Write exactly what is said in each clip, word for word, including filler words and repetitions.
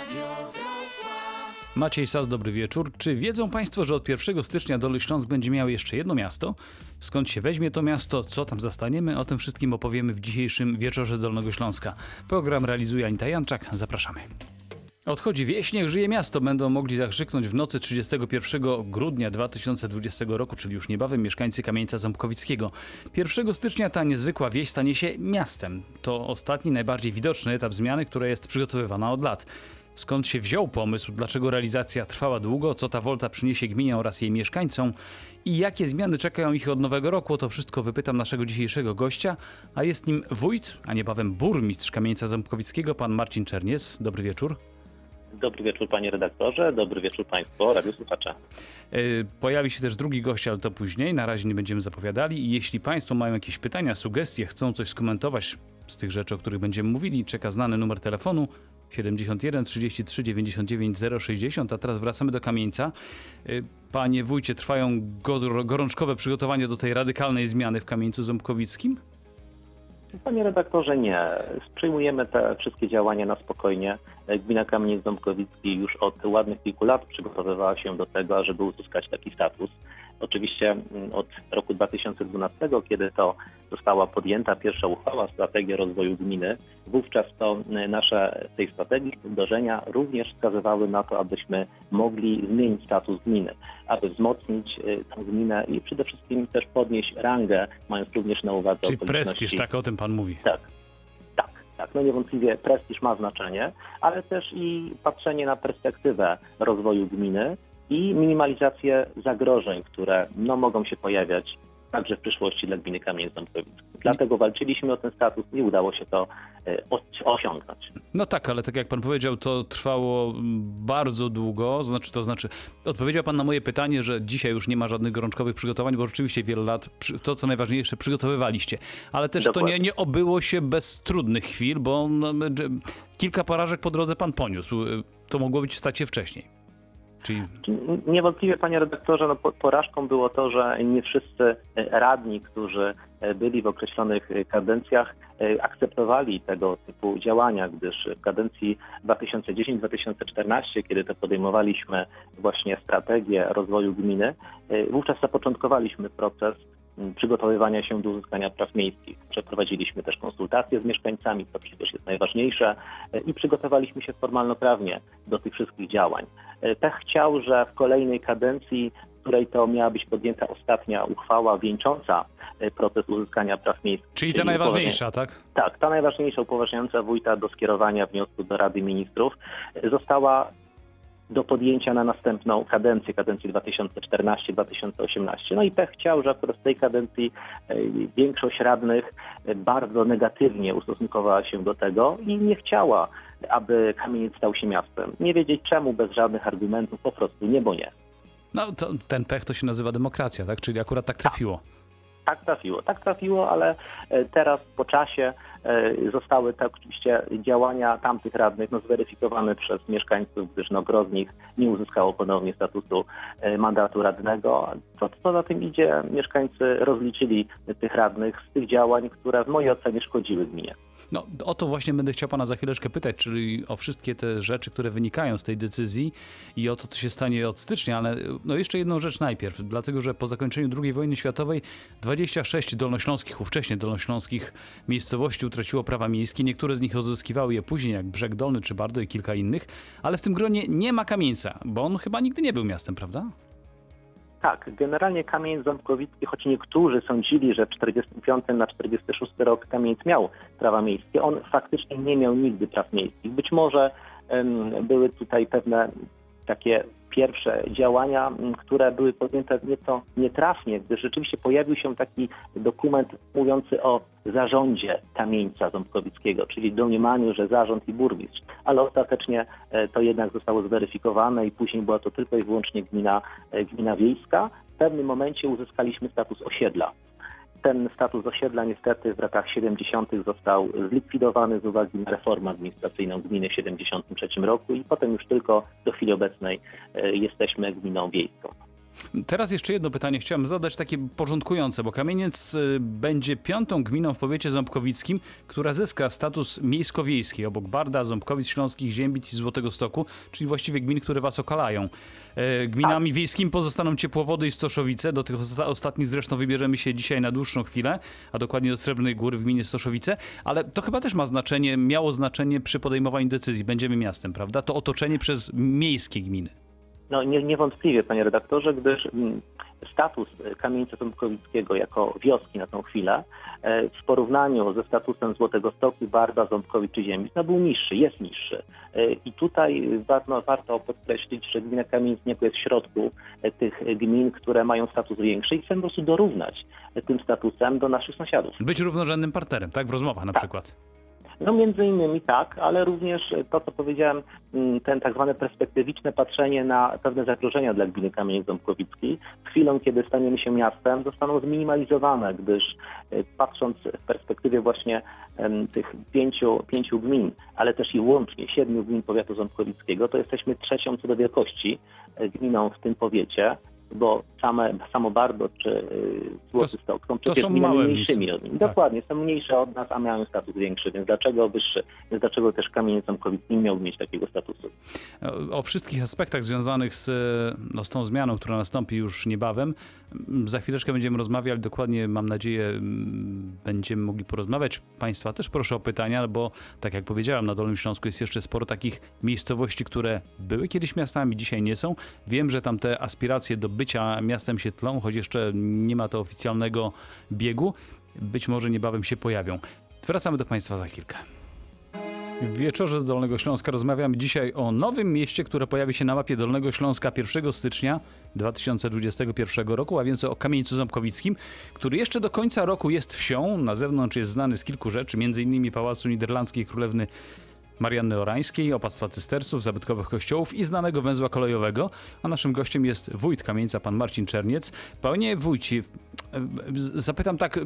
Maciej Sas, dobry wieczór. Czy wiedzą Państwo, że od pierwszego stycznia Dolny Śląsk będzie miał jeszcze jedno miasto? Skąd się weźmie to miasto? Co tam zastaniemy? O tym wszystkim opowiemy w dzisiejszym Wieczorze z Dolnego Śląska. Program realizuje Anita Janczak. Zapraszamy. Odchodzi wieś, niech żyje miasto. Będą mogli zakrzyknąć w nocy trzydziestego pierwszego grudnia dwa tysiące dwudziestego roku, czyli już niebawem, mieszkańcy Kamieńca Ząbkowickiego. pierwszego stycznia ta niezwykła wieś stanie się miastem. To ostatni, najbardziej widoczny etap zmiany, która jest przygotowywana od lat. Skąd się wziął pomysł, dlaczego realizacja trwała długo, co ta wolta przyniesie gminie oraz jej mieszkańcom i jakie zmiany czekają ich od nowego roku, o to wszystko wypytam naszego dzisiejszego gościa, a jest nim wójt, a niebawem burmistrz Kamieńca Ząbkowickiego, pan Marcin Czerniec. Dobry wieczór. Dobry wieczór, panie redaktorze, dobry wieczór państwu, radiosłuchacze. Pojawi się też drugi gość, ale to później, na razie nie będziemy zapowiadali i jeśli państwo mają jakieś pytania, sugestie, chcą coś skomentować z tych rzeczy, o których będziemy mówili, czeka znany numer telefonu siedemdziesiąt jeden trzydzieści trzy dziewięćdziesiąt dziewięć zero sześćdziesiąt, a teraz wracamy do Kamieńca. Panie wójcie, trwają gorączkowe przygotowania do tej radykalnej zmiany w Kamieńcu Ząbkowickim? Panie redaktorze, nie. Przyjmujemy te wszystkie działania na spokojnie. Gmina Kamieniec Ząbkowicki już od ładnych kilku lat przygotowywała się do tego, ażeby uzyskać taki status. Oczywiście od roku dwa tysiące dwunastego, kiedy to została podjęta pierwsza uchwała, strategia rozwoju gminy, wówczas to nasze tej strategii wdrożenia również wskazywały na to, abyśmy mogli zmienić status gminy, aby wzmocnić tę gminę i przede wszystkim też podnieść rangę, mając również na uwadze Czyli okoliczności. prestiż, tak o tym pan mówi. Tak. Tak, tak. No niewątpliwie prestiż ma znaczenie, ale też i patrzenie na perspektywę rozwoju gminy i minimalizację zagrożeń, które no, mogą się pojawiać także w przyszłości dla gminy Kamieniec Ząbkowicki. Dlatego walczyliśmy o ten status i udało się to y, osiągnąć. No tak, ale tak jak pan powiedział, to trwało bardzo długo, znaczy, to znaczy odpowiedział pan na moje pytanie, że dzisiaj już nie ma żadnych gorączkowych przygotowań, bo rzeczywiście wiele lat, to co najważniejsze, przygotowywaliście. Ale też Dokładnie. to nie, nie obyło się bez trudnych chwil, bo no, kilka porażek po drodze pan poniósł. To mogło być stać się wcześniej. Czyli... Niewątpliwie, panie redaktorze, no, porażką było to, że nie wszyscy radni, którzy byli w określonych kadencjach, akceptowali tego typu działania, gdyż w kadencji dwa tysiące dziesiątej do dwa tysiące czternastej, kiedy to podejmowaliśmy właśnie strategię rozwoju gminy, wówczas zapoczątkowaliśmy proces przygotowywania się do uzyskania praw miejskich. Przeprowadziliśmy też konsultacje z mieszkańcami, co przecież jest najważniejsze, i przygotowaliśmy się formalnoprawnie do tych wszystkich działań. Pech chciał, że w kolejnej kadencji, w której to miała być podjęta ostatnia uchwała wieńcząca proces uzyskania praw miejskich. Czyli ta najważniejsza, tak? Tak, ta najważniejsza, upoważniająca wójta do skierowania wniosku do Rady Ministrów, została do podjęcia na następną kadencję, kadencję dwa tysiące czternastej do dwa tysiące osiemnastej. No i pech chciał, że akurat w tej kadencji większość radnych bardzo negatywnie ustosunkowała się do tego i nie chciała, aby Kamieniec stał się miastem. Nie wiedzieć czemu, bez żadnych argumentów, po prostu nie, bo nie. No to ten pech to się nazywa demokracja, tak? Czyli akurat tak trafiło. Tak trafiło, tak trafiło, ale teraz po czasie zostały te oczywiście działania tamtych radnych no, zweryfikowane przez mieszkańców, gdyż no, gros z nich nie uzyskało ponownie statusu mandatu radnego. Co, co za tym idzie, mieszkańcy rozliczyli tych radnych z tych działań, które w mojej ocenie szkodziły gminie. No o to właśnie będę chciał pana za chwileczkę pytać, czyli o wszystkie te rzeczy, które wynikają z tej decyzji i o to, co się stanie od stycznia, ale no jeszcze jedną rzecz najpierw, dlatego że po zakończeniu drugiej wojny światowej dwadzieścia sześć dolnośląskich, ówcześnie dolnośląskich miejscowości utraciło prawa miejskie, niektóre z nich odzyskiwały je później, jak Brzeg Dolny czy Bardo i kilka innych, ale w tym gronie nie ma Kamieńca, bo on chyba nigdy nie był miastem, prawda? Tak, generalnie Kamieniec Ząbkowicki, choć niektórzy sądzili, że w czterdziestym piątym na czterdziesty szósty rok Kamieniec miał prawa miejskie, on faktycznie nie miał nigdy praw miejskich. Być może um, były tutaj pewne takie pierwsze działania, które były podjęte nieco nietrafnie, gdyż rzeczywiście pojawił się taki dokument mówiący o zarządzie Kamieńca Ząbkowickiego, czyli domniemaniu, że zarząd i burmistrz, ale ostatecznie to jednak zostało zweryfikowane i później była to tylko i wyłącznie gmina, gmina wiejska. W pewnym momencie uzyskaliśmy status osiedla. Ten status osiedla niestety w latach siedemdziesiątych został zlikwidowany z uwagi na reformę administracyjną gminy w siedemdziesiątym trzecim roku i potem już tylko do chwili obecnej jesteśmy gminą wiejską. Teraz jeszcze jedno pytanie chciałem zadać, takie porządkujące, bo Kamieniec y, będzie piątą gminą w powiecie ząbkowickim, która zyska status miejsko-wiejski obok Barda, Ząbkowic Śląskich, Ziębic i Złotego Stoku, czyli właściwie gmin, które was okalają. E, gminami wiejskimi pozostaną Ciepłowody i Stoszowice, do tych osta- ostatnich zresztą wybierzemy się dzisiaj na dłuższą chwilę, a dokładnie do Srebrnej Góry w gminie Stoszowice, ale to chyba też ma znaczenie, miało znaczenie przy podejmowaniu decyzji. Będziemy miastem, prawda? To otoczenie przez miejskie gminy. No nie, niewątpliwie, panie redaktorze, gdyż mm, status Kamieńca Ząbkowickiego jako wioski na tą chwilę e, w porównaniu ze statusem Złotego Stoku, Barda, Ząbkowic czy Ziębic no, był niższy, jest niższy. E, I tutaj warto, warto podkreślić, że gmina Kamieniec niejako jest w środku e, tych gmin, które mają status większy i chcemy po prostu dorównać e, tym statusem do naszych sąsiadów. Być równorzędnym partnerem, tak? W rozmowach na Tak. przykład. No między innymi tak, ale również to, co powiedziałem, ten tak zwane perspektywiczne patrzenie na pewne zagrożenia dla gminy Kamieniec Ząbkowicki. Chwilą, kiedy staniemy się miastem, zostaną zminimalizowane, gdyż patrząc w perspektywie właśnie tych pięciu, pięciu gmin, ale też i łącznie siedmiu gmin powiatu ząbkowickiego, to jesteśmy trzecią co do wielkości gminą w tym powiecie, bo same, samo Bardo czy y, Złoty To- Stok są to przecież są gminami małe mniejszymi miejsca. od nich. Tak. Dokładnie, są mniejsze od nas, a mają status większy, więc dlaczego wyższy? Więc dlaczego też Kamieniec Ząbkowicki nie miał mieć takiego statusu? O, o wszystkich aspektach związanych z, no, z tą zmianą, która nastąpi już niebawem, m, za chwileczkę będziemy rozmawiali, dokładnie mam nadzieję m, będziemy mogli porozmawiać. Państwa też proszę o pytania, bo tak jak powiedziałem, na Dolnym Śląsku jest jeszcze sporo takich miejscowości, które były kiedyś miastami, dzisiaj nie są. Wiem, że tam te aspiracje do bycia miastem się tlą, choć jeszcze nie ma to oficjalnego biegu. Być może niebawem się pojawią. Wracamy do Państwa za chwilkę. W wieczorze z Dolnego Śląska rozmawiamy dzisiaj o nowym mieście, które pojawi się na mapie Dolnego Śląska pierwszego stycznia dwa tysiące dwudziestego pierwszego roku, a więc o Kamieńcu Ząbkowickim, który jeszcze do końca roku jest wsią. Na zewnątrz jest znany z kilku rzeczy, m.in. Pałacu Niderlandzkiej Królewny Marianny Orańskiej, opactwa cystersów, zabytkowych kościołów i znanego węzła kolejowego. A naszym gościem jest wójt Kamieńca, pan Marcin Czerniec. Panie wójcie, zapytam tak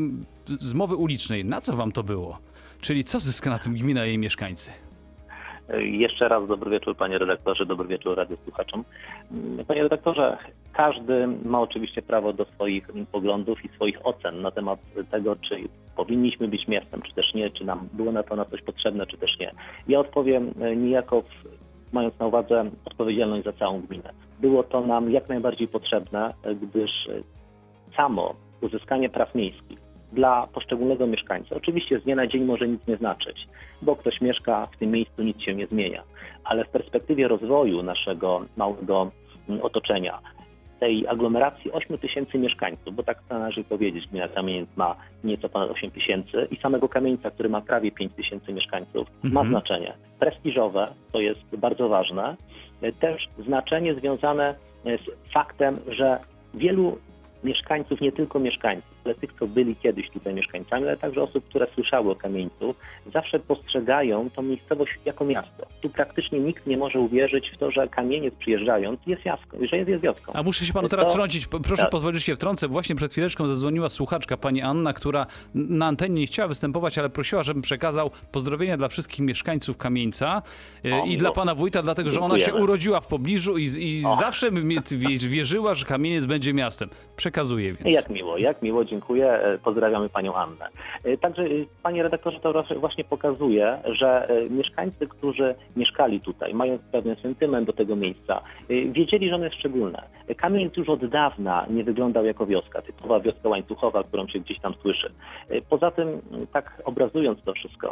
z mowy ulicznej, na co wam to było? Czyli co zyska na tym gmina i jej mieszkańcy? Jeszcze raz dobry wieczór, panie redaktorze, dobry wieczór radiosłuchaczom. Panie redaktorze, każdy ma oczywiście prawo do swoich poglądów i swoich ocen na temat tego, czy powinniśmy być miastem, czy też nie, czy nam było na to na coś potrzebne, czy też nie. Ja odpowiem niejako w, mając na uwadze odpowiedzialność za całą gminę. Było to nam jak najbardziej potrzebne, gdyż samo uzyskanie praw miejskich dla poszczególnego mieszkańca. Oczywiście z dnia na dzień może nic nie znaczyć, bo ktoś mieszka w tym miejscu, nic się nie zmienia, ale w perspektywie rozwoju naszego małego otoczenia, tej aglomeracji ośmiu tysięcy mieszkańców, bo tak należy powiedzieć, gmina Kamieniec ma nieco ponad osiem tysięcy i samego Kamieńca, który ma prawie pięć tysięcy mieszkańców, mhm. ma znaczenie prestiżowe, to jest bardzo ważne, też znaczenie związane z faktem, że wielu mieszkańców, nie tylko mieszkańców, ale tych, co byli kiedyś tutaj mieszkańcami, ale także osób, które słyszały o Kamieńcu, zawsze postrzegają tą miejscowość jako miasto. Tu praktycznie nikt nie może uwierzyć w to, że Kamieniec przyjeżdżając jest jaską, że jest, jest wioską. A muszę się panu teraz to... wtrącić. Proszę tak. pozwolić, że się wtrącę. Właśnie przed chwileczką zadzwoniła słuchaczka, pani Anna, która na antenie nie chciała występować, ale prosiła, żebym przekazał pozdrowienia dla wszystkich mieszkańców Kamieńca o, i dla pana wójta, dlatego, że ona się urodziła w pobliżu i, i zawsze wierzyła, że Kamieniec będzie miastem. Przekazuję więc. Jak miło, jak miło, dziękuję. Pozdrawiamy panią Annę. Także, panie redaktorze, to właśnie pokazuje, że mieszkańcy, którzy mieszkali tutaj, mając pewien sentyment do tego miejsca, wiedzieli, że ono jest szczególne. Kamieniec już od dawna nie wyglądał jako wioska, typowa wioska łańcuchowa, którą się gdzieś tam słyszy. Poza tym, tak obrazując to wszystko,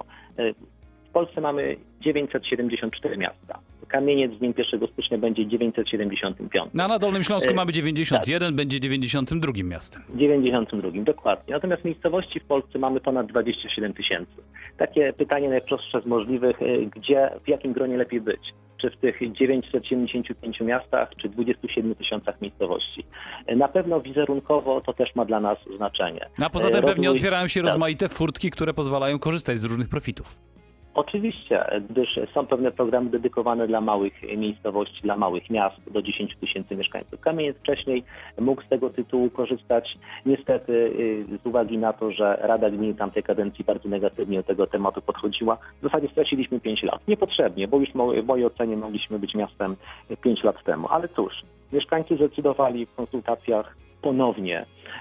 w Polsce mamy dziewięćset siedemdziesiąt cztery miasta. Kamieniec z dniem pierwszego stycznia będzie dziewięćset siedemdziesiątym piątym. No, a na Dolnym Śląsku e, mamy dziewięćdziesiąt jeden, tak. będzie dziewięćdziesiątym drugim miastem. dziewięćdziesiątym drugim, dokładnie. Natomiast miejscowości w Polsce mamy ponad dwadzieścia siedem tysięcy. Takie pytanie najprostsze z możliwych, gdzie, w jakim gronie lepiej być? Czy w tych dziewięćset siedemdziesięciu pięciu miastach, czy dwudziestu siedmiu tysiącach miejscowości. Na pewno wizerunkowo to też ma dla nas znaczenie. No, a poza tym Rozwój... pewnie otwierają się tak. rozmaite furtki, które pozwalają korzystać z różnych profitów. Oczywiście, gdyż są pewne programy dedykowane dla małych miejscowości, dla małych miast do dziesięć tysięcy mieszkańców. Kamieniec wcześniej mógł z tego tytułu korzystać. Niestety z uwagi na to, że Rada Gminy tamtej kadencji bardzo negatywnie do tego tematu podchodziła, w zasadzie straciliśmy pięć lat. Niepotrzebnie, bo już w mojej ocenie mogliśmy być miastem pięć lat temu. Ale cóż, mieszkańcy zdecydowali w konsultacjach ponownie,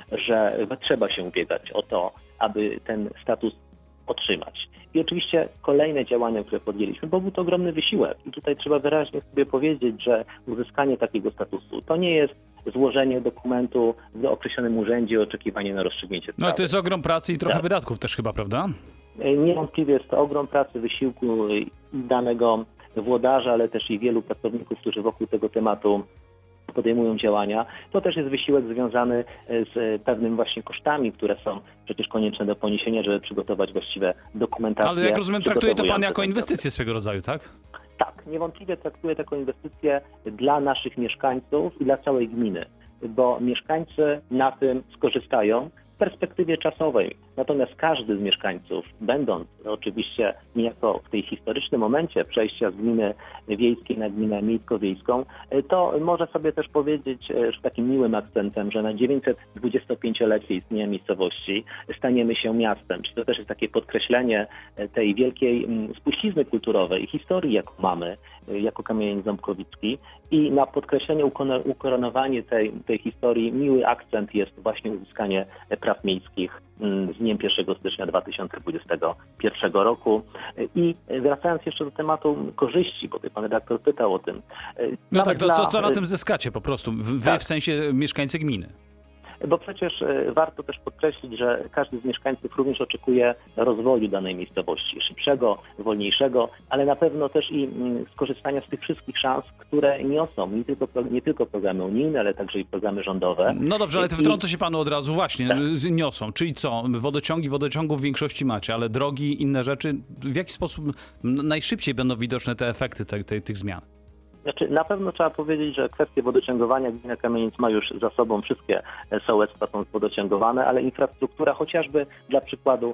że trzeba się ubiegać o to, aby ten status otrzymać. I oczywiście kolejne działania, które podjęliśmy, bo był to ogromny wysiłek. I tutaj trzeba wyraźnie sobie powiedzieć, że uzyskanie takiego statusu to nie jest złożenie dokumentu w określonym urzędzie i oczekiwanie na rozstrzygnięcie sprawy. No to jest ogrom pracy i trochę tak. wydatków też chyba, prawda? Niewątpliwie jest to ogrom pracy, wysiłku danego włodarza, ale też i wielu pracowników, którzy wokół tego tematu podejmują działania. To też jest wysiłek związany z pewnymi właśnie kosztami, które są przecież konieczne do poniesienia, żeby przygotować właściwe dokumentacje. Ale jak rozumiem, traktuje to pan jako inwestycję swego rodzaju, tak? Tak, niewątpliwie traktuję to jako inwestycję dla naszych mieszkańców i dla całej gminy, bo mieszkańcy na tym skorzystają w perspektywie czasowej. Natomiast każdy z mieszkańców, będąc oczywiście niejako w tej historycznym momencie przejścia z gminy wiejskiej na gminę miejsko-wiejską, to może sobie też powiedzieć z takim miłym akcentem, że na dziewięćsetdwudziestopięciolecie istnienia miejscowości staniemy się miastem. Czyli to też jest takie podkreślenie tej wielkiej spuścizny kulturowej i historii, jaką mamy jako Kamieniec Ząbkowicki. I na podkreślenie, ukoronowanie tej, tej historii miły akcent jest właśnie uzyskanie praw miejskich z dniem pierwszego stycznia dwa tysiące dwudziestego pierwszego roku. I wracając jeszcze do tematu korzyści, bo tutaj pan redaktor pytał o tym. No tak, to co, co na tym zyskacie po prostu? Wy tak. w sensie mieszkańcy gminy. Bo przecież warto też podkreślić, że każdy z mieszkańców również oczekuje rozwoju danej miejscowości, szybszego, wolniejszego, ale na pewno też i skorzystania z tych wszystkich szans, które niosą nie tylko, nie tylko programy unijne, ale także i programy rządowe. No dobrze, ale I... wtrącę się panu od razu. Właśnie, tak. niosą. Czyli co? Wodociągi, wodociągów w większości macie, ale drogi, inne rzeczy. W jaki sposób najszybciej będą widoczne te efekty te, te, tych zmian? Znaczy, na pewno trzeba powiedzieć, że kwestie wodociągowania gmina Kamieniec ma już za sobą, wszystkie sołectwa są wodociągowane, ale infrastruktura chociażby dla przykładu,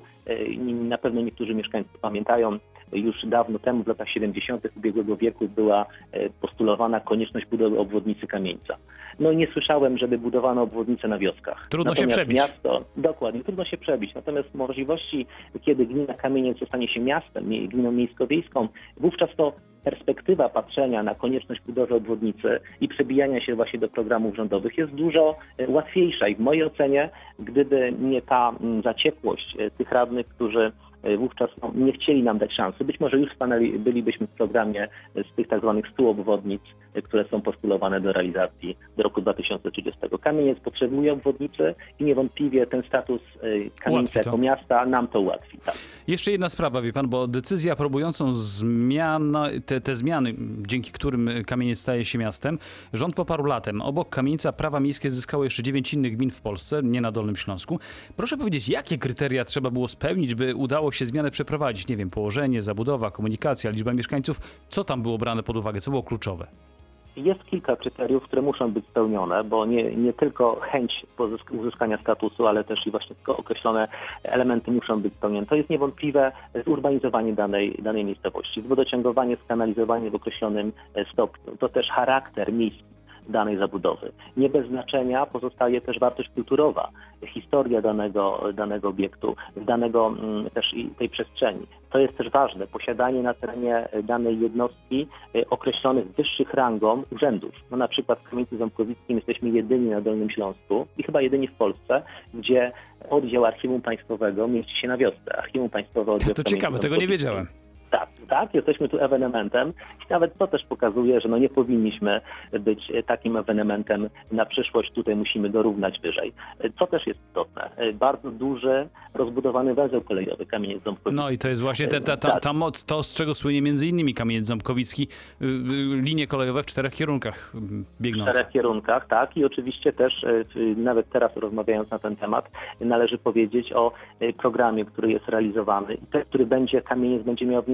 na pewno niektórzy mieszkańcy pamiętają, już dawno temu, w latach siedemdziesiątych ubiegłego wieku była postulowana konieczność budowy obwodnicy Kamieńca. No nie słyszałem, żeby budowano obwodnice na wioskach. Trudno Natomiast się przebić. Miasto, dokładnie, trudno się przebić. Natomiast możliwości, kiedy gmina Kamieniec zostanie się miastem, gminą miejsko-wiejską, wówczas to perspektywa patrzenia na konieczność budowy obwodnicy i przebijania się właśnie do programów rządowych jest dużo łatwiejsza i w mojej ocenie, gdyby nie ta zaciekłość tych radnych, którzy wówczas no, nie chcieli nam dać szansy. Być może już stanęli, bylibyśmy w programie z tych tak zwanych stu obwodnic, które są postulowane do realizacji do roku dwa tysiące trzydziestego. Kamieniec potrzebuje obwodnicy i niewątpliwie ten status Kamieńca jako miasta nam to ułatwi. Tak. Jeszcze jedna sprawa, wie pan, bo decyzję aprobującą zmian, te, te zmiany, dzięki którym Kamieniec staje się miastem, rząd poparł latem. Obok Kamieńca prawa miejskie zyskało jeszcze dziewięć innych gmin w Polsce, nie na Dolnym Śląsku. Proszę powiedzieć, jakie kryteria trzeba było spełnić, by udało się zmianę przeprowadzić? Nie wiem, położenie, zabudowa, komunikacja, liczba mieszkańców. Co tam było brane pod uwagę? Co było kluczowe? Jest kilka kryteriów, które muszą być spełnione, bo nie, nie tylko chęć uzyskania statusu, ale też i właśnie określone elementy muszą być spełnione. To jest niewątpliwe zurbanizowanie danej, danej miejscowości, wodociągowanie, skanalizowanie w określonym stopniu. To też charakter miejski danej zabudowy. Nie bez znaczenia pozostaje też wartość kulturowa, historia danego, danego obiektu, danego też i tej przestrzeni. To jest też ważne, posiadanie na terenie danej jednostki określonych wyższych rangą urzędów. No na przykład w Kamieńcu Ząbkowickim jesteśmy jedyni na Dolnym Śląsku i chyba jedyni w Polsce, gdzie oddział Archiwum Państwowego mieści się na wiosce. Archiwum Państwowe oddział To ciekawe, tego nie wiedziałem. Tak, tak, jesteśmy tu ewenementem i nawet to też pokazuje, że no nie powinniśmy być takim ewenementem na przyszłość, tutaj musimy dorównać wyżej. Co też jest istotne, bardzo duży, rozbudowany węzeł kolejowy Kamieniec Ząbkowicki. No i to jest właśnie te, ta, ta, ta moc, to z czego słynie między innymi Kamieniec Ząbkowicki, linie kolejowe w czterech kierunkach biegnące. W czterech kierunkach, tak, i oczywiście też nawet teraz rozmawiając na ten temat należy powiedzieć o programie, który jest realizowany i ten, który będzie, Kamieniec będzie miał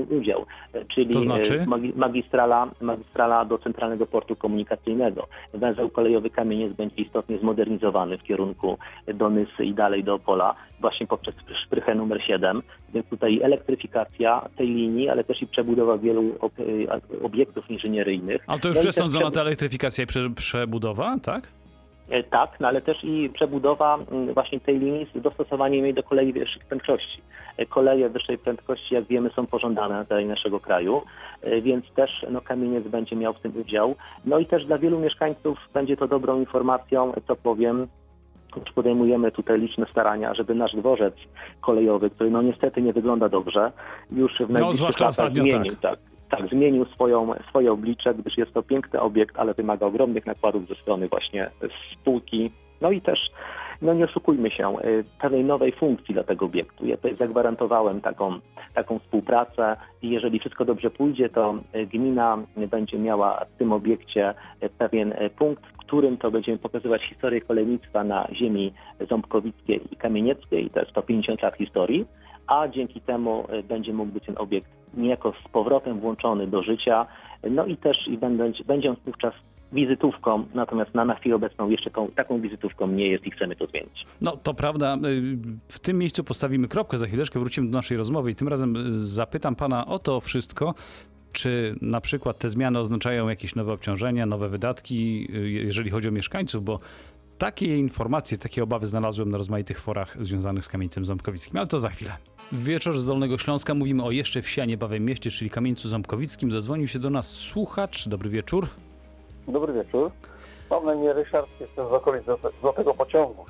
udział, czyli To znaczy? magistrala, magistrala do Centralnego Portu Komunikacyjnego. Węzeł kolejowy Kamieniec będzie istotnie zmodernizowany w kierunku do Nysy i dalej do Opola, właśnie poprzez szprychę numer siedem, więc tutaj elektryfikacja tej linii, ale też i przebudowa wielu obiektów inżynieryjnych. Ale to już no przesądzona ta elektryfikacja i prze, przebudowa, tak? Tak, no ale też i przebudowa właśnie tej linii z dostosowaniem jej do kolei wyższych prędkości. Koleje wyższej prędkości, jak wiemy, są pożądane na terenie naszego kraju, więc też no, Kamieniec będzie miał w tym udział. No i też dla wielu mieszkańców będzie to dobrą informacją, co powiem. Już podejmujemy tutaj liczne starania, żeby nasz dworzec kolejowy, który no niestety nie wygląda dobrze, już w najbliższych no, latach zmienił. Tak. Tak, zmienił swoją, swoje oblicze, gdyż jest to piękny obiekt, ale wymaga ogromnych nakładów ze strony właśnie spółki. No i też, no nie oszukujmy się, pewnej nowej funkcji dla tego obiektu. Ja tutaj zagwarantowałem taką, taką współpracę i jeżeli wszystko dobrze pójdzie, to gmina będzie miała w tym obiekcie pewien punkt, w którym to będziemy pokazywać historię kolejnictwa na ziemi ząbkowickiej i kamienieckiej. To jest sto pięćdziesiąt lat historii, a dzięki temu będzie mógł być ten obiekt niejako z powrotem włączony do życia, no i też i będzie, będzie on wówczas wizytówką, natomiast na, na chwilę obecną jeszcze taką, taką wizytówką nie jest i chcemy to zmienić. No to prawda, w tym miejscu postawimy kropkę, za chwileczkę wrócimy do naszej rozmowy i tym razem zapytam pana o to wszystko, czy na przykład te zmiany oznaczają jakieś nowe obciążenia, nowe wydatki, jeżeli chodzi o mieszkańców, bo takie informacje, takie obawy znalazłem na rozmaitych forach związanych z Kamieńcem Ząbkowickim, ale to za chwilę. W Wieczorze z Dolnego Śląska mówimy o jeszcze wsi, a niebawem mieście, czyli Kamieńcu Ząbkowickim. Dozwonił się do nas słuchacz. Dobry wieczór. Dobry wieczór. Mam na imię Ryszard, jestem z okolic Złotego Pociągu.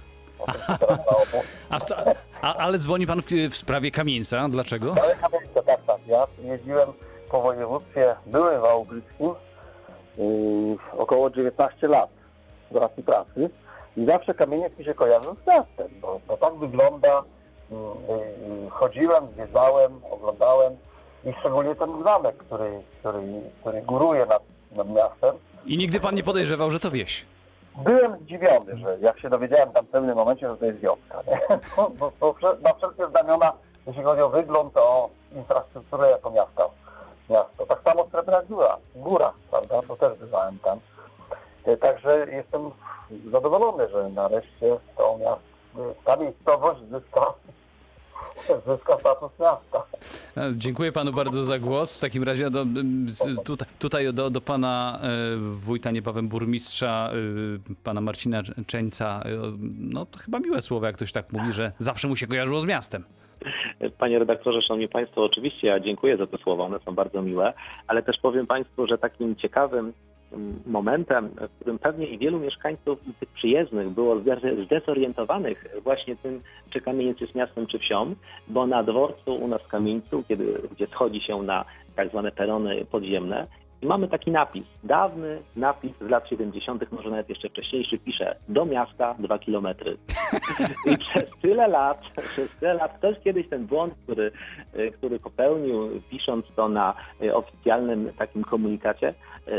A, a, ale dzwoni pan w, w sprawie Kamieńca. Dlaczego? Ale Kamieńca, tak, tak. Ja jeździłem po województwie byłym wałbrzyckim yy, około dziewiętnaście lat do racji pracy i zawsze Kamieniec mi się kojarzył z miastem, bo, bo tak wygląda. Yy, chodziłem, zwiedzałem, oglądałem i szczególnie ten zamek, który, który, który góruje nad, nad miastem. I nigdy pan nie podejrzewał, że to wieś? Byłem zdziwiony, że jak się dowiedziałem tam w pewnym momencie, że to jest wioska. Nie? Bo, bo, bo na wszelkie znamiona, jeśli chodzi o wygląd, o infrastrukturę jako miasta. miasto. Tak samo Srebrna Góra, góra, prawda, bo też bywałem tam. Także jestem zadowolony, że nareszcie to miasto, ta miejscowość zyska, zyska status miasta. Dziękuję panu bardzo za głos. W takim razie do, tutaj, tutaj do, do pana wójta, niebawem burmistrza, pana Marcina Czeńca, no to chyba miłe słowo, jak ktoś tak mówi, że zawsze mu się kojarzyło z miastem. Panie redaktorze, szanowni państwo, oczywiście ja dziękuję za te słowa, one są bardzo miłe, ale też powiem państwu, że takim ciekawym momentem, w którym pewnie i wielu mieszkańców i tych przyjezdnych było zdezorientowanych właśnie tym, czy Kamieniec jest miastem, czy wsią, bo na dworcu u nas w Kamieńcu, kiedy, gdzie schodzi się na tak zwane perony podziemne, i mamy taki napis, dawny napis z lat siedemdziesiątych, może nawet jeszcze wcześniejszy, pisze do miasta dwa kilometry. I przez tyle lat, przez tyle lat, ktoś kiedyś ten błąd, który, który popełnił, pisząc to na oficjalnym takim komunikacie,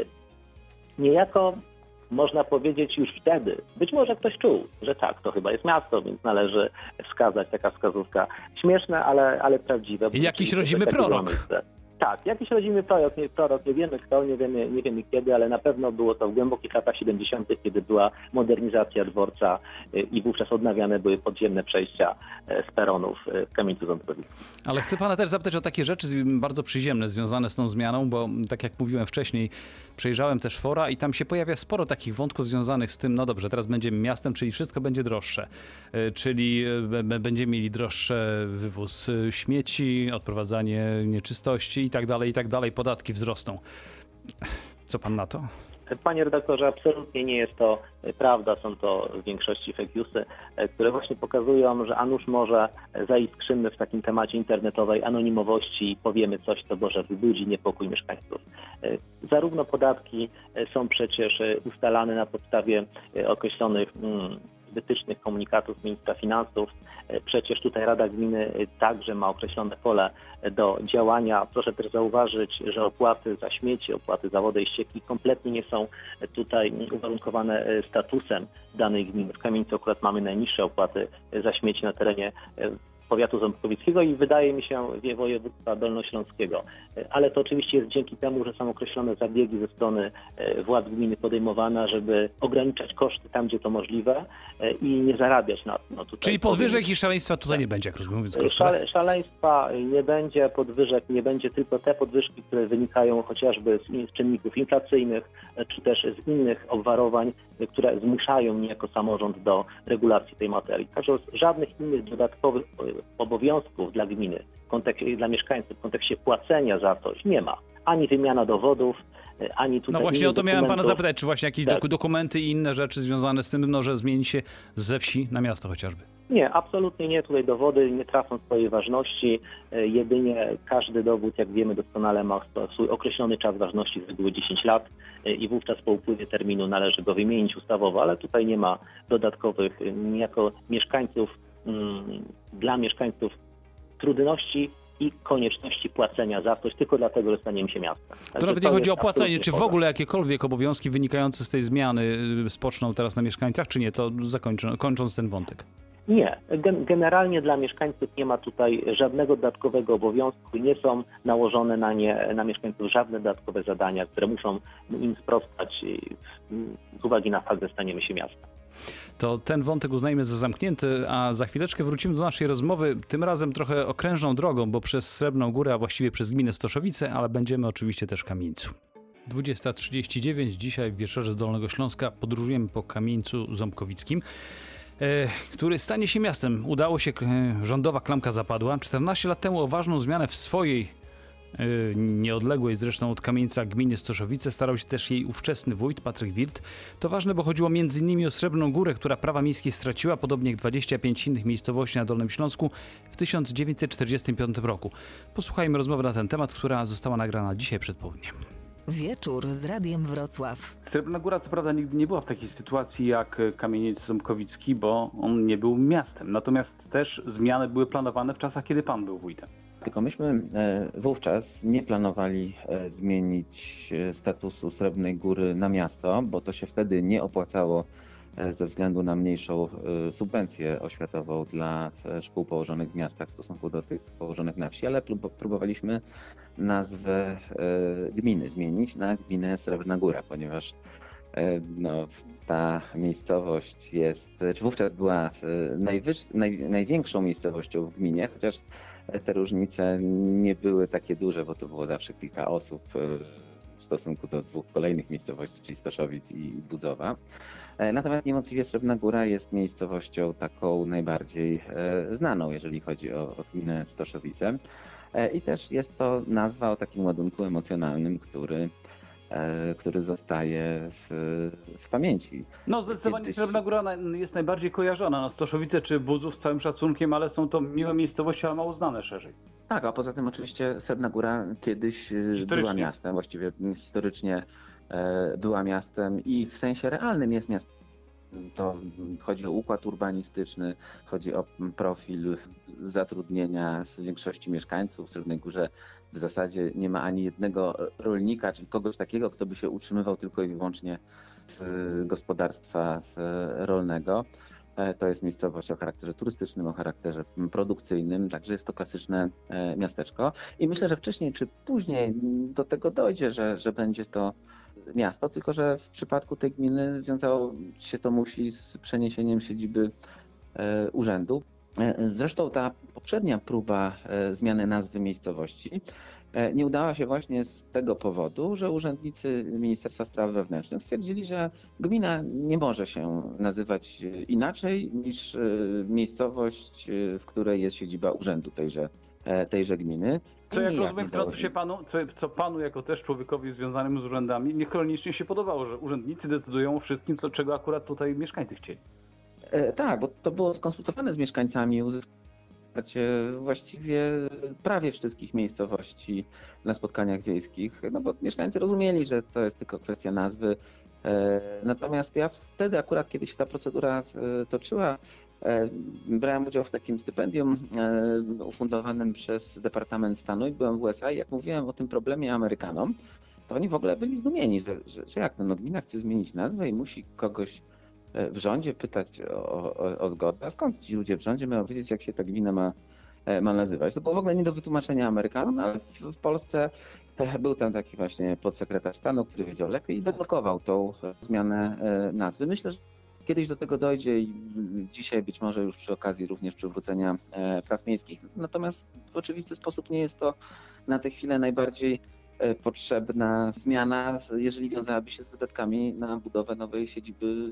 niejako można powiedzieć już wtedy, być może ktoś czuł, że tak, to chyba jest miasto, więc należy wskazać, taka wskazówka śmieszne, ale, ale prawdziwe. Jakiś rodzimy prorok. Tak, jakiś rodzimy prorok, nie, prorok, nie wiemy kto, nie wiemy, nie wiemy kiedy, ale na pewno było to w głębokich latach siedemdziesiątych, kiedy była modernizacja dworca i wówczas odnawiane były podziemne przejścia z peronów w Kamieńcu Ząbkowickim. Ale chcę pana też zapytać o takie rzeczy bardzo przyziemne związane z tą zmianą, bo tak jak mówiłem wcześniej, przejrzałem też fora i tam się pojawia sporo takich wątków związanych z tym, no dobrze, teraz będziemy miastem, czyli wszystko będzie droższe, czyli będziemy mieli droższe wywóz śmieci, odprowadzanie nieczystości i tak dalej, i tak dalej, podatki wzrosną. Co pan na to? Panie redaktorze, absolutnie nie jest to prawda. Są to w większości fake newsy, które właśnie pokazują, że a nuż może zaiskrzymy w takim temacie internetowej anonimowości i powiemy coś, co może wybudzi niepokój mieszkańców. Zarówno podatki są przecież ustalane na podstawie określonych hmm, wytycznych komunikatów ministra finansów. Przecież tutaj Rada Gminy także ma określone pole do działania. Proszę też zauważyć, że opłaty za śmieci, opłaty za wodę i ścieki kompletnie nie są tutaj uwarunkowane statusem danej gminy. W Kamieńcu akurat mamy najniższe opłaty za śmieci na terenie powiatu ząbkowickiego i wydaje mi się województwa dolnośląskiego. Ale to oczywiście jest dzięki temu, że są określone zabiegi ze strony władz gminy podejmowane, żeby ograniczać koszty tam, gdzie to możliwe i nie zarabiać na no tutaj Czyli podwyżek powiem, i szaleństwa tutaj nie będzie, jak rozumiem, mówiąc krótko. Szale, szaleństwa nie będzie, podwyżek nie będzie, tylko te podwyżki, które wynikają chociażby z, in- z czynników inflacyjnych, czy też z innych obwarowań, które zmuszają mnie jako samorząd do regulacji tej materii. Także żadnych innych dodatkowych obowiązków dla gminy, w kontekście, dla mieszkańców w kontekście płacenia za coś nie ma. Ani wymiana dowodów, ani tutaj No właśnie innych o to miałem pana dokumentów. zapytać, czy właśnie jakieś Tak. doku- dokumenty i inne rzeczy związane z tym, no, że zmieni się ze wsi na miasto chociażby. Nie, absolutnie nie. Tutaj dowody nie tracą swojej ważności. E, Jedynie każdy dowód, jak wiemy doskonale, ma swój określony czas ważności, z reguły dziesięć lat e, i wówczas po upływie terminu należy go wymienić ustawowo, ale tutaj nie ma dodatkowych, e, niejako mieszkańców, mm, dla mieszkańców trudności i konieczności płacenia za coś tylko dlatego, że staniemy się miastem. To Także nawet nie chodzi o jest płacenie, absolutnie czy w poza. ogóle jakiekolwiek obowiązki wynikające z tej zmiany y, spoczną teraz na mieszkańcach, czy nie? To zakończę, kończąc ten wątek. Nie, gen- generalnie dla mieszkańców nie ma tutaj żadnego dodatkowego obowiązku, nie są nałożone na nie, na mieszkańców żadne dodatkowe zadania, które muszą im sprostać y, z uwagi na fakt, że staniemy się miastem. To ten wątek uznajmy za zamknięty, a za chwileczkę wrócimy do naszej rozmowy, tym razem trochę okrężną drogą, bo przez Srebrną Górę, a właściwie przez gminę Stoszowice, ale będziemy oczywiście też w Kamieńcu. dwudziesta trzydzieści dziewięć, dzisiaj w Wieczorze z Dolnego Śląska podróżujemy po Kamieńcu Ząbkowickim, e, który stanie się miastem. Udało się, e, rządowa klamka zapadła. czternaście lat temu o ważną zmianę w swojej Yy, nieodległej zresztą od Kamieńca gminy Stoszowice starał się też jej ówczesny wójt Patryk Wild. To ważne, bo chodziło między innymi o Srebrną Górę, która prawa miejskie straciła, podobnie jak dwadzieścia pięć innych miejscowości na Dolnym Śląsku w tysiąc dziewięćset czterdziestym piątym roku. Posłuchajmy rozmowy na ten temat, która została nagrana dzisiaj przed południem. Wieczór z Radiem Wrocław. Srebrna Góra co prawda nigdy nie była w takiej sytuacji jak Kamieniec Ząbkowicki, bo on nie był miastem. Natomiast też zmiany były planowane w czasach, kiedy pan był wójtem. Tylko myśmy e, wówczas nie planowali e, zmienić e, statusu Srebrnej Góry na miasto, bo to się wtedy nie opłacało e, ze względu na mniejszą e, subwencję oświatową dla e, szkół położonych w miastach w stosunku do tych położonych na wsi, ale prób- próbowaliśmy nazwę e, gminy zmienić na gminę Srebrna Góra, ponieważ e, no, ta miejscowość jest, czy wówczas była e, najwyż, naj, największą miejscowością w gminie, chociaż te różnice nie były takie duże, bo to było zawsze kilka osób w stosunku do dwóch kolejnych miejscowości, czyli Stoszowic i Budzowa. Natomiast niewątpliwie Srebrna Góra jest miejscowością taką najbardziej znaną, jeżeli chodzi o, o gminę Stoszowice. I też jest to nazwa o takim ładunku emocjonalnym, który który zostaje w, w pamięci. No zdecydowanie Kiedyś... Srebrna Góra jest najbardziej kojarzona. No Stoszowice czy Budzów z całym szacunkiem, ale są to miłe miejscowości, ale mało znane szerzej. Tak, a poza tym oczywiście Srebrna Góra kiedyś była miastem, właściwie historycznie była miastem i w sensie realnym jest miastem. To chodzi o układ urbanistyczny, chodzi o profil zatrudnienia większości mieszkańców. W Srebrnej Górze w zasadzie nie ma ani jednego rolnika, czyli kogoś takiego, kto by się utrzymywał tylko i wyłącznie z gospodarstwa rolnego. To jest miejscowość o charakterze turystycznym, o charakterze produkcyjnym, także jest to klasyczne miasteczko. I myślę, że wcześniej czy później do tego dojdzie, że, że będzie to miasto, tylko że w przypadku tej gminy wiązało się to musi z przeniesieniem siedziby e, urzędu. E, zresztą ta poprzednia próba e, zmiany nazwy miejscowości e, nie udała się właśnie z tego powodu, że urzędnicy Ministerstwa Spraw Wewnętrznych stwierdzili, że gmina nie może się nazywać inaczej niż e, miejscowość, e, w której jest siedziba urzędu tejże, e, tejże gminy. Co jak Nijak rozumiem, nie dało wtrącę się panu, co, co panu jako też człowiekowi związanym z urzędami niekoniecznie się podobało, że urzędnicy decydują o wszystkim, co, czego akurat tutaj mieszkańcy chcieli. E, tak, bo to było skonsultowane z mieszkańcami, uzyskane właściwie prawie wszystkich miejscowości na spotkaniach wiejskich, no bo mieszkańcy rozumieli, że to jest tylko kwestia nazwy. E, natomiast ja wtedy akurat, kiedy się ta procedura e, toczyła, e, brałem udział w takim stypendium e, ufundowanym przez Departament Stanu i byłem w U S A i jak mówiłem o tym problemie Amerykanom, to oni w ogóle byli zdumieni, że, że, że jak to, no gmina chce zmienić nazwę i musi kogoś w rządzie pytać o, o, o zgodę. A skąd ci ludzie w rządzie mają wiedzieć, jak się ta gmina ma ma nazywać. To było w ogóle nie do wytłumaczenia Amerykanom, ale w, w Polsce był tam taki właśnie podsekretarz stanu, który wiedział lepiej i zablokował tą zmianę nazwy. Myślę, że kiedyś do tego dojdzie i dzisiaj być może już przy okazji również przywrócenia praw miejskich. Natomiast w oczywisty sposób nie jest to na tę chwilę najbardziej potrzebna zmiana, jeżeli wiązałaby się z wydatkami na budowę nowej siedziby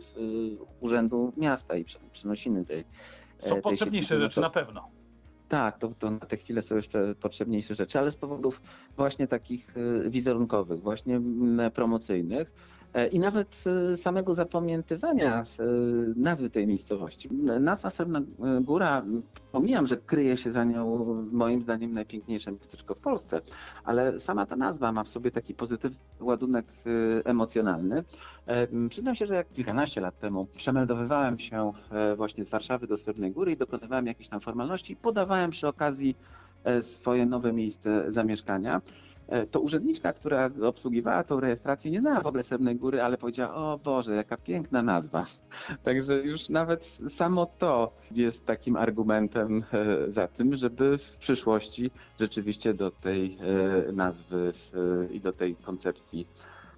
Urzędu Miasta i przenosiny tej. Są tej potrzebniejsze siedziby, no rzeczy to, na pewno. Tak, to, to na tę chwilę są jeszcze potrzebniejsze rzeczy, ale z powodów właśnie takich wizerunkowych, właśnie promocyjnych. I nawet samego zapamiętywania nazwy tej miejscowości. Nazwa Srebrna Góra, pomijam, że kryje się za nią moim zdaniem najpiękniejsze miasteczko w Polsce, ale sama ta nazwa ma w sobie taki pozytywny ładunek emocjonalny. Przyznam się, że jak kilkanaście lat temu przemeldowywałem się właśnie z Warszawy do Srebrnej Góry i dokonywałem jakichś tam formalności, podawałem przy okazji swoje nowe miejsce zamieszkania. To urzędniczka, która obsługiwała tą rejestrację, nie znała w ogóle Srebrnej Góry, ale powiedziała: o Boże, jaka piękna nazwa. Także już nawet samo to jest takim argumentem za tym, żeby w przyszłości rzeczywiście do tej nazwy i do tej koncepcji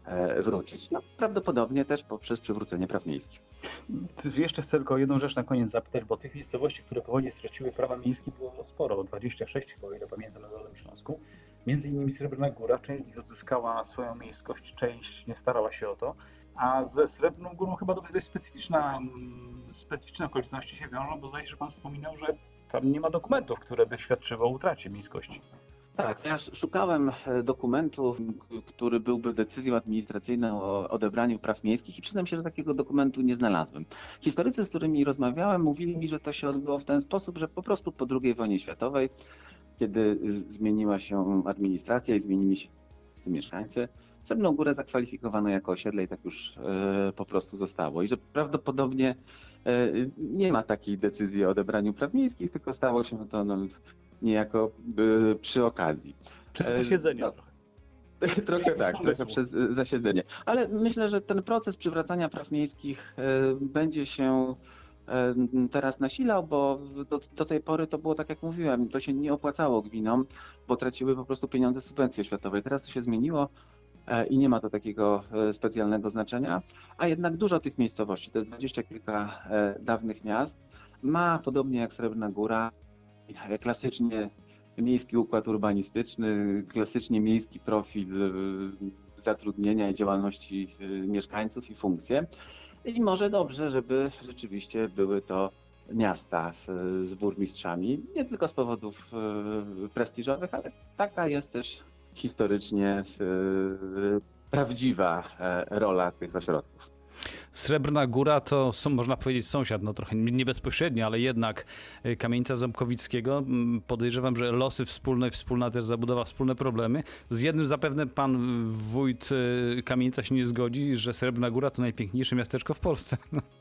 wrócić. No, prawdopodobnie też poprzez przywrócenie praw miejskich. Jeszcze chcę tylko o jedną rzecz na koniec zapytać, bo tych miejscowości, które powoli straciły prawa miejskie, było sporo, dwadzieścia sześć chyba, o ile pamiętam, na Dolnym Śląsku. Między innymi Srebrna Góra, część z nich odzyskała swoją miejskość, część nie starała się o to, a ze Srebrną Górą chyba dość specyficzna, specyficzne okoliczności się wiążą, bo zdaje się, że pan wspominał, że tam nie ma dokumentów, które by świadczyły o utracie miejskości. Tak, ja szukałem dokumentu, który byłby decyzją administracyjną o odebraniu praw miejskich i przyznam się, że takiego dokumentu nie znalazłem. Historycy, z którymi rozmawiałem, mówili mi, że to się odbyło w ten sposób, że po prostu po drugiej wojnie światowej, kiedy zmieniła się administracja i zmienili się mieszkańcy, Srebrną Górę zakwalifikowano jako osiedle i tak już e, po prostu zostało. I że prawdopodobnie e, nie ma takiej decyzji o odebraniu praw miejskich, tylko stało się to no, niejako e, przy okazji. Przez zasiedzenie. E, no, trochę tak, trochę przez zasiedzenie. Ale myślę, że ten proces przywracania praw miejskich e, będzie się teraz nasilał, bo do, do tej pory to było tak, jak mówiłem, to się nie opłacało gminom, bo traciły po prostu pieniądze z subwencji oświatowej. Teraz to się zmieniło i nie ma to takiego specjalnego znaczenia, a jednak dużo tych miejscowości, to jest dwadzieścia kilka dawnych miast, ma podobnie jak Srebrna Góra klasycznie miejski układ urbanistyczny, klasycznie miejski profil zatrudnienia i działalności mieszkańców i funkcje. I może dobrze, żeby rzeczywiście były to miasta z burmistrzami, nie tylko z powodów prestiżowych, ale taka jest też historycznie prawdziwa rola tych ośrodków. Srebrna Góra to, są, można powiedzieć, sąsiad, no trochę nie bezpośrednio, ale jednak Kamienica Ząbkowickiego. Podejrzewam, że losy wspólne, wspólna też zabudowa, wspólne problemy. Z jednym zapewne pan wójt Kamienica się nie zgodzi, że Srebrna Góra to najpiękniejsze miasteczko w Polsce.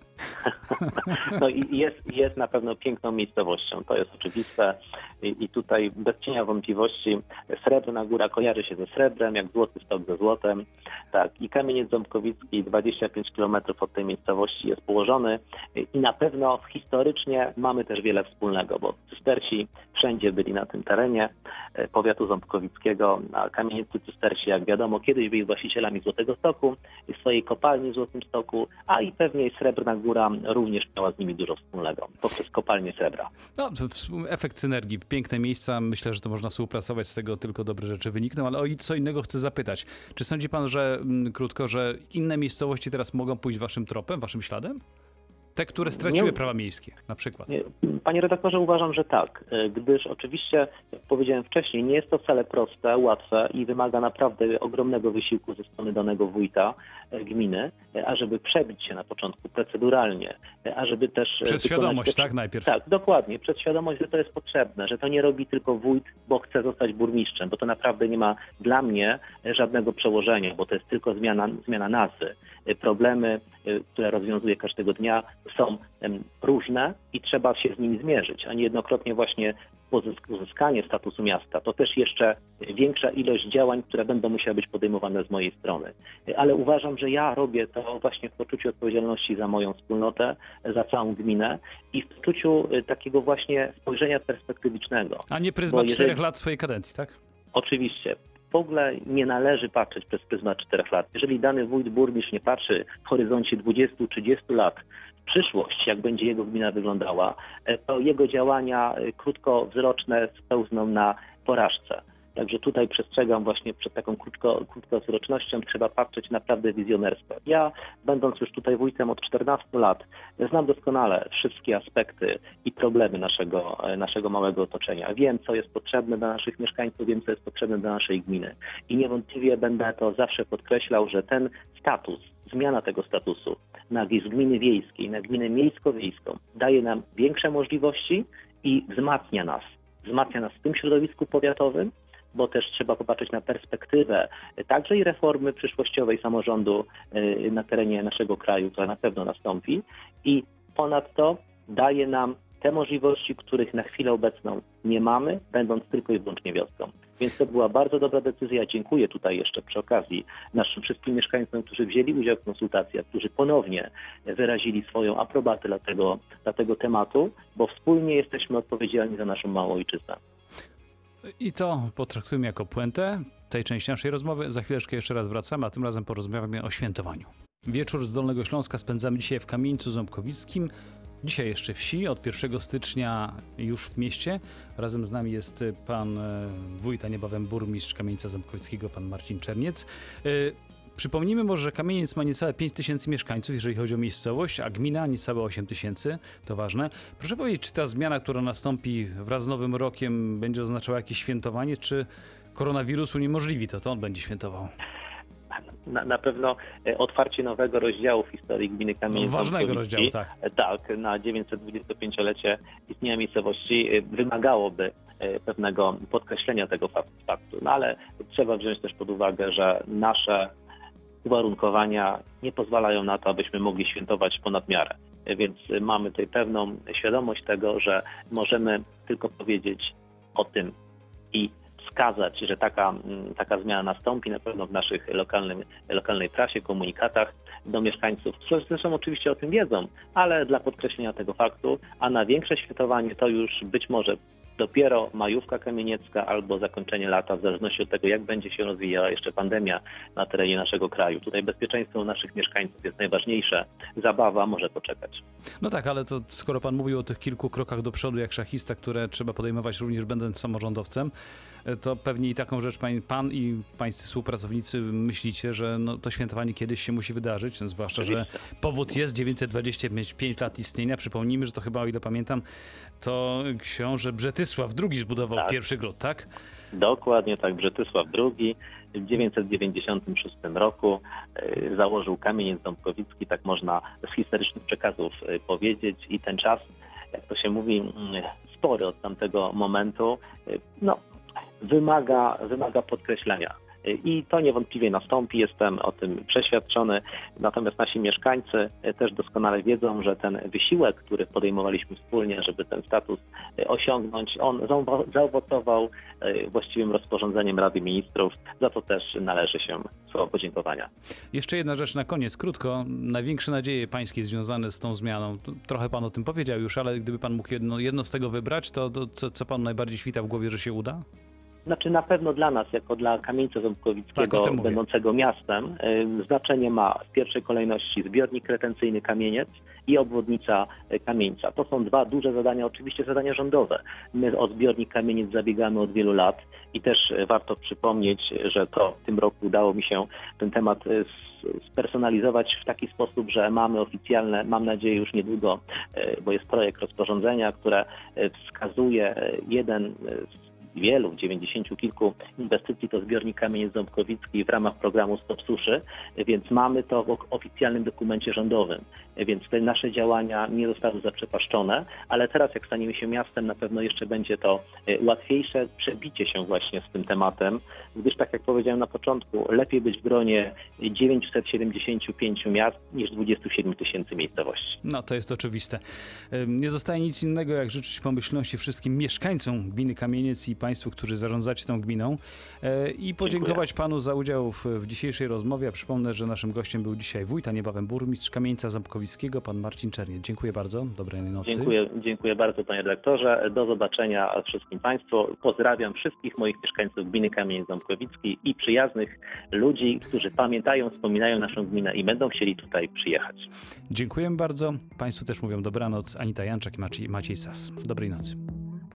No i jest, jest na pewno piękną miejscowością, to jest oczywiste i, i tutaj bez cienia wątpliwości Srebrna Góra kojarzy się ze srebrem, jak Złoty Stok ze złotem. Tak, i Kamieniec Ząbkowicki dwadzieścia pięć kilometrów od tej miejscowości jest położony i na pewno historycznie mamy też wiele wspólnego, bo cystersi wszędzie byli na tym terenie powiatu ząbkowickiego, a kamieniccy cystersi, jak wiadomo, kiedyś byli właścicielami Złotego Stoku i swojej kopalni w Złotym Stoku, a i pewnie Srebrna Góra również miała z nimi dużo wspólnego poprzez kopalnię srebra. No, efekt synergii, piękne miejsca, myślę, że to można współpracować, z tego tylko dobre rzeczy wynikną, ale o co innego chcę zapytać. Czy sądzi pan, że krótko, że inne miejscowości teraz mogą pójść waszym tropem, waszym śladem? Te, które straciły nie, prawa miejskie, na przykład. Nie, panie redaktorze, uważam, że tak, gdyż oczywiście, jak powiedziałem wcześniej, nie jest to wcale proste, łatwe i wymaga naprawdę ogromnego wysiłku ze strony danego wójta gminy, ażeby przebić się na początku proceduralnie, ażeby też... Przez świadomość, tak, najpierw? Tak, dokładnie, przez świadomość, że to jest potrzebne, że to nie robi tylko wójt, bo chce zostać burmistrzem, bo to naprawdę nie ma dla mnie żadnego przełożenia, bo to jest tylko zmiana, zmiana nazwy. Problemy, które rozwiązuje każdego dnia, są różne i trzeba się z nimi zmierzyć, a niejednokrotnie właśnie uzyskanie statusu miasta to też jeszcze większa ilość działań, które będą musiały być podejmowane z mojej strony. Ale uważam, że ja robię to właśnie w poczuciu odpowiedzialności za moją wspólnotę, za całą gminę i w poczuciu takiego właśnie spojrzenia perspektywicznego. A nie pryzmat jeżeli... czterech lat swojej kadencji, tak? Oczywiście. W ogóle nie należy patrzeć przez pryzmat czterech lat. Jeżeli dany wójt, burmistrz nie patrzy w horyzoncie dwudziestu trzydziestu lat w przyszłość, jak będzie jego gmina wyglądała, to jego działania krótkowzroczne spełzną na porażce. Także tutaj przestrzegam właśnie przed taką krótko, krótkowzrocznością. Trzeba patrzeć naprawdę wizjonersko. Ja, będąc już tutaj wójtem od czternastu lat, znam doskonale wszystkie aspekty i problemy naszego, naszego małego otoczenia. Wiem, co jest potrzebne dla naszych mieszkańców, wiem, co jest potrzebne dla naszej gminy. I niewątpliwie będę to zawsze podkreślał, że ten status, zmiana tego statusu na z gminy wiejskiej, na gminę miejsko-wiejską daje nam większe możliwości i wzmacnia nas. Wzmacnia nas w tym środowisku powiatowym, bo też trzeba popatrzeć na perspektywę także i reformy przyszłościowej samorządu na terenie naszego kraju, która na pewno nastąpi i ponadto daje nam te możliwości, których na chwilę obecną nie mamy, będąc tylko i wyłącznie wioską. Więc to była bardzo dobra decyzja. Dziękuję tutaj jeszcze przy okazji naszym wszystkim mieszkańcom, którzy wzięli udział w konsultacjach, którzy ponownie wyrazili swoją aprobatę dla tego, dla tego tematu, bo wspólnie jesteśmy odpowiedzialni za naszą małą ojczyznę. I to potraktujmy jako puentę tej części naszej rozmowy. Za chwileczkę jeszcze raz wracamy, a tym razem porozmawiamy o świętowaniu. Wieczór z Dolnego Śląska spędzamy dzisiaj w Kamieńcu Ząbkowickim. Dzisiaj jeszcze wsi, od pierwszego stycznia już w mieście. Razem z nami jest pan wójt, a niebawem burmistrz Kamieńca Ząbkowickiego, pan Marcin Czerniec. Przypomnijmy może, że Kamieniec ma niecałe pięć tysięcy mieszkańców, jeżeli chodzi o miejscowość, a gmina niecałe osiem tysięcy, to ważne. Proszę powiedzieć, czy ta zmiana, która nastąpi wraz z Nowym Rokiem, będzie oznaczała jakieś świętowanie, czy koronawirus uniemożliwi to, to on będzie świętował? Na, na pewno otwarcie nowego rozdziału w historii gminy Kamieniec Ważnego rozdziału, tak. Tak, na dziewięćsetdwudziestopięciolecie istnienia miejscowości wymagałoby pewnego podkreślenia tego faktu. No ale trzeba wziąć też pod uwagę, że nasze uwarunkowania nie pozwalają na to, abyśmy mogli świętować ponad miarę. Więc mamy tutaj pewną świadomość tego, że możemy tylko powiedzieć o tym i wskazać, że taka, taka zmiana nastąpi na pewno w naszych lokalnym, lokalnej prasie, komunikatach do mieszkańców, którzy zresztą oczywiście o tym wiedzą, ale dla podkreślenia tego faktu, a na większe świętowanie to już być może dopiero majówka kamieniecka albo zakończenie lata, w zależności od tego, jak będzie się rozwijała jeszcze pandemia na terenie naszego kraju. Tutaj bezpieczeństwo naszych mieszkańców jest najważniejsze. Zabawa może poczekać. No tak, ale to skoro pan mówił o tych kilku krokach do przodu jak szachista, które trzeba podejmować również będąc samorządowcem, to pewnie i taką rzecz pan, pan i pańscy współpracownicy myślicie, że no, to świętowanie kiedyś się musi wydarzyć, no, zwłaszcza, że powód jest dziewięćset dwadzieścia pięć lat istnienia. Przypomnijmy, że to chyba, o ile pamiętam, to książę Brzetysław drugi zbudował tak. pierwszy gród, tak? Dokładnie tak, Brzetysław drugi w tysiąc dziewięćset dziewięćdziesiątym szóstym roku y, założył Kamieniec Ząbkowicki, tak można z historycznych przekazów y, powiedzieć i ten czas, jak to się mówi, y, spory od tamtego momentu, y, no wymaga, wymaga podkreślenia. I to niewątpliwie nastąpi, jestem o tym przeświadczony. Natomiast nasi mieszkańcy też doskonale wiedzą, że ten wysiłek, który podejmowaliśmy wspólnie, żeby ten status osiągnąć, on zaowocował właściwym rozporządzeniem Rady Ministrów, za co też należy się słowo podziękowania. Jeszcze jedna rzecz na koniec, krótko. Największe nadzieje pańskie związane z tą zmianą, trochę pan o tym powiedział już, ale gdyby pan mógł jedno, jedno z tego wybrać, to, to co, co panu najbardziej świta w głowie, że się uda? Znaczy na pewno dla nas, jako dla Kamieńca Ząbkowickiego, tak, będącego miastem, y, znaczenie ma w pierwszej kolejności zbiornik retencyjny Kamieniec i obwodnica Kamieńca. To są dwa duże zadania, oczywiście zadania rządowe. My o zbiornik Kamieniec zabiegamy od wielu lat i też warto przypomnieć, że to w tym roku udało mi się ten temat spersonalizować w taki sposób, że mamy oficjalne, mam nadzieję już niedługo, bo jest projekt rozporządzenia, które wskazuje jeden z wielu, dziewięćdziesięciu kilku inwestycji to zbiornik Kamieniec Ząbkowicki w ramach programu Stop Suszy, więc mamy to w oficjalnym dokumencie rządowym, więc te nasze działania nie zostały zaprzepaszczone, ale teraz jak staniemy się miastem, na pewno jeszcze będzie to łatwiejsze przebicie się właśnie z tym tematem, gdyż tak jak powiedziałem na początku, lepiej być w gronie dziewięćset siedemdziesięciu pięciu miast niż dwudziestu siedmiu tysięcy miejscowości. No to jest oczywiste. Nie zostaje nic innego jak życzyć pomyślności wszystkim mieszkańcom gminy Kamieniec i państwu, którzy zarządzacie tą gminą i podziękować Dziękuję. Panu za udział w, w dzisiejszej rozmowie. A przypomnę, że naszym gościem był dzisiaj wójt, a niebawem burmistrz Kamieńca Ząbkowickiego, pan Marcin Czerniec. Dziękuję bardzo. Dobrej nocy. Dziękuję, dziękuję bardzo panie redaktorze. Do zobaczenia wszystkim państwu. Pozdrawiam wszystkich moich mieszkańców gminy Kamieniec Ząbkowicki i przyjaznych ludzi, którzy pamiętają, wspominają naszą gminę i będą chcieli tutaj przyjechać. Dziękuję bardzo. Państwu też mówią dobranoc. Anita Janczak i Maciej, Maciej Sas. Dobrej nocy.